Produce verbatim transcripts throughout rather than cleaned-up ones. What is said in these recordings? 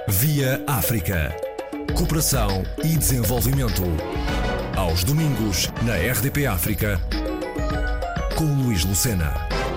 Via África. Cooperação e desenvolvimento. Aos domingos, na R D P África, com Luís Lucena.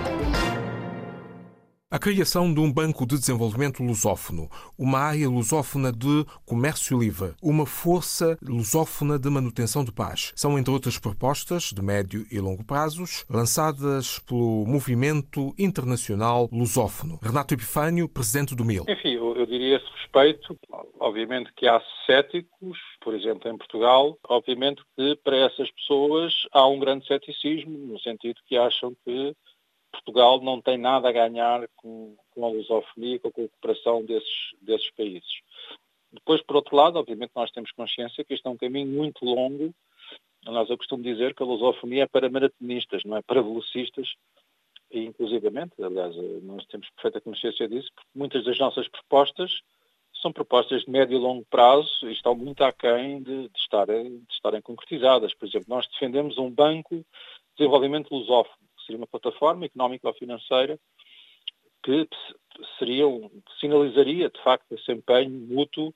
A criação de um Banco de Desenvolvimento Lusófono, uma área lusófona de comércio livre, uma força lusófona de manutenção de paz. São, entre outras propostas de médio e longo prazos, lançadas pelo Movimento Internacional Lusófono. Renato Epifânio, presidente do M I L. Enfim, eu, eu diria a esse respeito, obviamente que há céticos, por exemplo, em Portugal, obviamente que para essas pessoas há um grande ceticismo, no sentido que acham que Portugal não tem nada a ganhar com, com a lusofonia, com a cooperação desses, desses países. Depois, por outro lado, obviamente nós temos consciência que este é um caminho muito longo. Nós eu costumo dizer que a lusofonia é para maratonistas, não é para velocistas, e inclusivamente, aliás, nós temos perfeita consciência disso, porque muitas das nossas propostas são propostas de médio e longo prazo e estão muito aquém de, de, estarem, de estarem concretizadas. Por exemplo, nós defendemos um banco de desenvolvimento lusófono, seria uma plataforma económica ou financeira que seria um, sinalizaria, de facto, esse empenho mútuo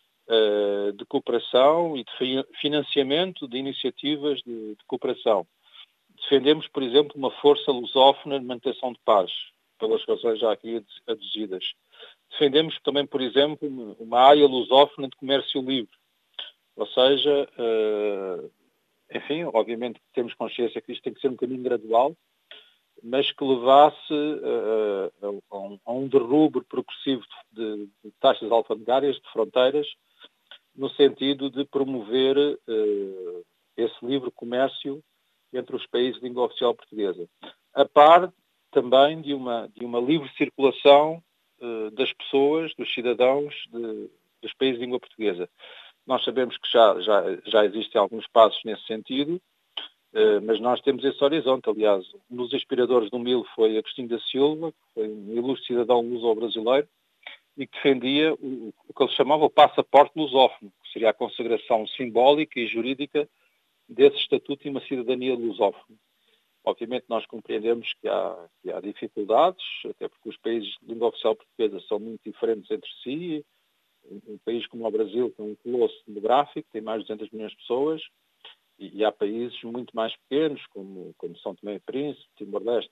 uh, de cooperação e de fi- financiamento de iniciativas de, de cooperação. Defendemos, por exemplo, uma força lusófona de manutenção de paz, pelas razões já aqui aduzidas. Defendemos também, por exemplo, uma área lusófona de comércio livre, ou seja, uh, enfim, obviamente temos consciência que isto tem que ser um caminho gradual, mas que levasse uh, a, um, a um derrubro progressivo de, de taxas alfandegárias, de fronteiras, no sentido de promover uh, esse livre comércio entre os países de língua oficial portuguesa. A par também de uma, de uma livre circulação uh, das pessoas, dos cidadãos de, dos países de língua portuguesa. Nós sabemos que já, já, já existem alguns passos nesse sentido, Uh, mas nós temos esse horizonte. Aliás, um dos inspiradores do M I L foi Agostinho da Silva, que foi um ilustre cidadão luso-brasileiro, e que defendia o, o que ele chamava o passaporte lusófono, que seria a consagração simbólica e jurídica desse estatuto e uma cidadania lusófona. Obviamente nós compreendemos que há, que há dificuldades, até porque os países de língua oficial portuguesa são muito diferentes entre si. Um, um país como o Brasil tem um colosso demográfico, tem mais de duzentos milhões de pessoas, e há países muito mais pequenos, como, como São Tomé e Príncipe, Timor-Leste.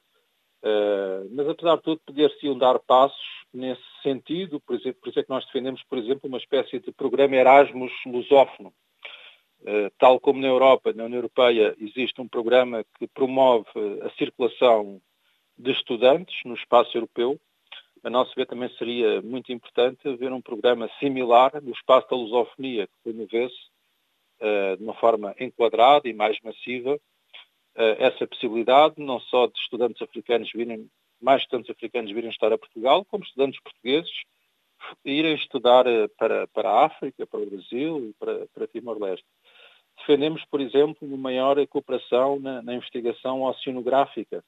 Uh, mas, apesar de tudo, poder-se dar passos nesse sentido. Por, exemplo, por isso é que nós defendemos, por exemplo, uma espécie de programa Erasmus lusófono. Uh, tal como na Europa, na União Europeia, existe um programa que promove a circulação de estudantes no espaço europeu. A nosso ver, também seria muito importante haver um programa similar no espaço da lusofonia, que promovesse Uh, de uma forma enquadrada e mais massiva, uh, essa possibilidade, não só de estudantes africanos virem, mais estudantes africanos virem estudar a Portugal, como estudantes portugueses irem estudar uh, para, para a África, para o Brasil e para, para Timor-Leste. Defendemos, por exemplo, uma maior cooperação na, na investigação oceanográfica.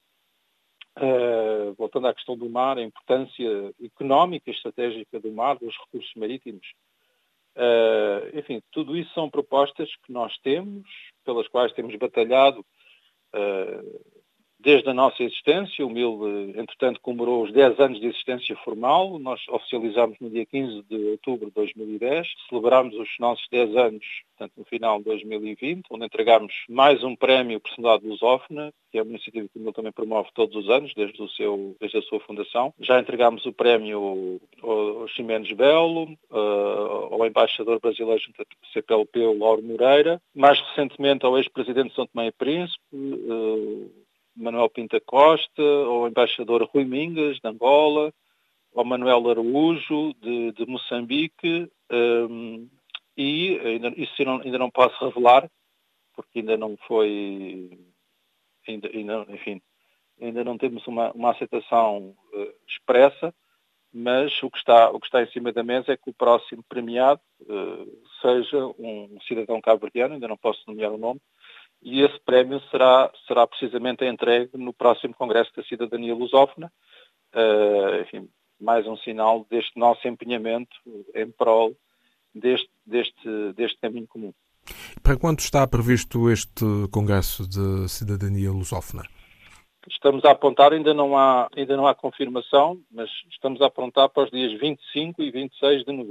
Uh, voltando à questão do mar, a importância económica e estratégica do mar, dos recursos marítimos. Uh, enfim, tudo isso são propostas que nós temos, pelas quais temos batalhado uh, desde a nossa existência. O M I L, entretanto, comemorou os dez anos de existência formal. Nós oficializámos no dia quinze de outubro de dois mil e dez. Celebramos os nossos dez anos, portanto, no final de dois mil e vinte, onde entregámos mais um prémio Personalidade Lusófona, que é uma iniciativa que o M I L também promove todos os anos, desde, o seu, desde a sua fundação. Já entregámos o prémio ao Ximenes Belo, uh, ao embaixador brasileiro junto à C P L P, o Lauro Moreira. Mais recentemente ao ex-presidente de São Tomé e Príncipe, uh, Manuel Pinta Costa, ao embaixador Rui Mingas, de Angola, ao Manuel Araújo, de, de Moçambique, um, e ainda, isso não, ainda não posso revelar, porque ainda não foi, ainda, ainda, enfim, ainda não temos uma, uma aceitação uh, expressa, mas o que, está, o que está em cima da mesa é que o próximo premiado uh, seja um cidadão cabo-verdiano, ainda não posso nomear o nome, e esse prémio será, será precisamente entregue no próximo Congresso da Cidadania Lusófona. Uh, enfim, mais um sinal deste nosso empenhamento em prol deste, deste, deste caminho comum. Para quando está previsto este Congresso de Cidadania Lusófona? Estamos a apontar, ainda não há, ainda não há confirmação, mas estamos a apontar para os dias vinte e cinco e vinte e seis de novembro.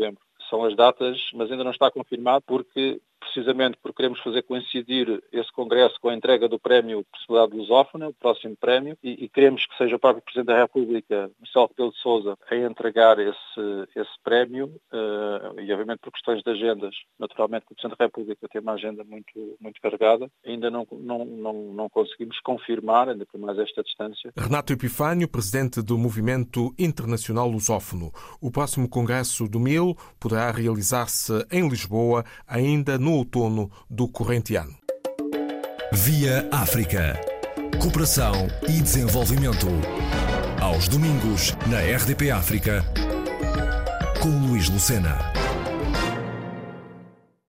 são as datas, mas ainda não está confirmado porque, precisamente porque queremos fazer coincidir esse congresso com a entrega do prémio Personalidade Lusófona, o próximo prémio, e, e queremos que seja o próprio Presidente da República, Marcelo Rebelo de Sousa, a entregar esse, esse prémio, uh, e obviamente por questões de agendas, naturalmente que o Presidente da República tem uma agenda muito, muito carregada, ainda não, não, não, não conseguimos confirmar, ainda por mais esta distância. Renato Epifânio, Presidente do Movimento Internacional Lusófono. O próximo Congresso do M I L poderá realizar-se em Lisboa ainda no outono do corrente ano. Via África. Cooperação e desenvolvimento. Aos domingos, na R D P África, com Luís Lucena.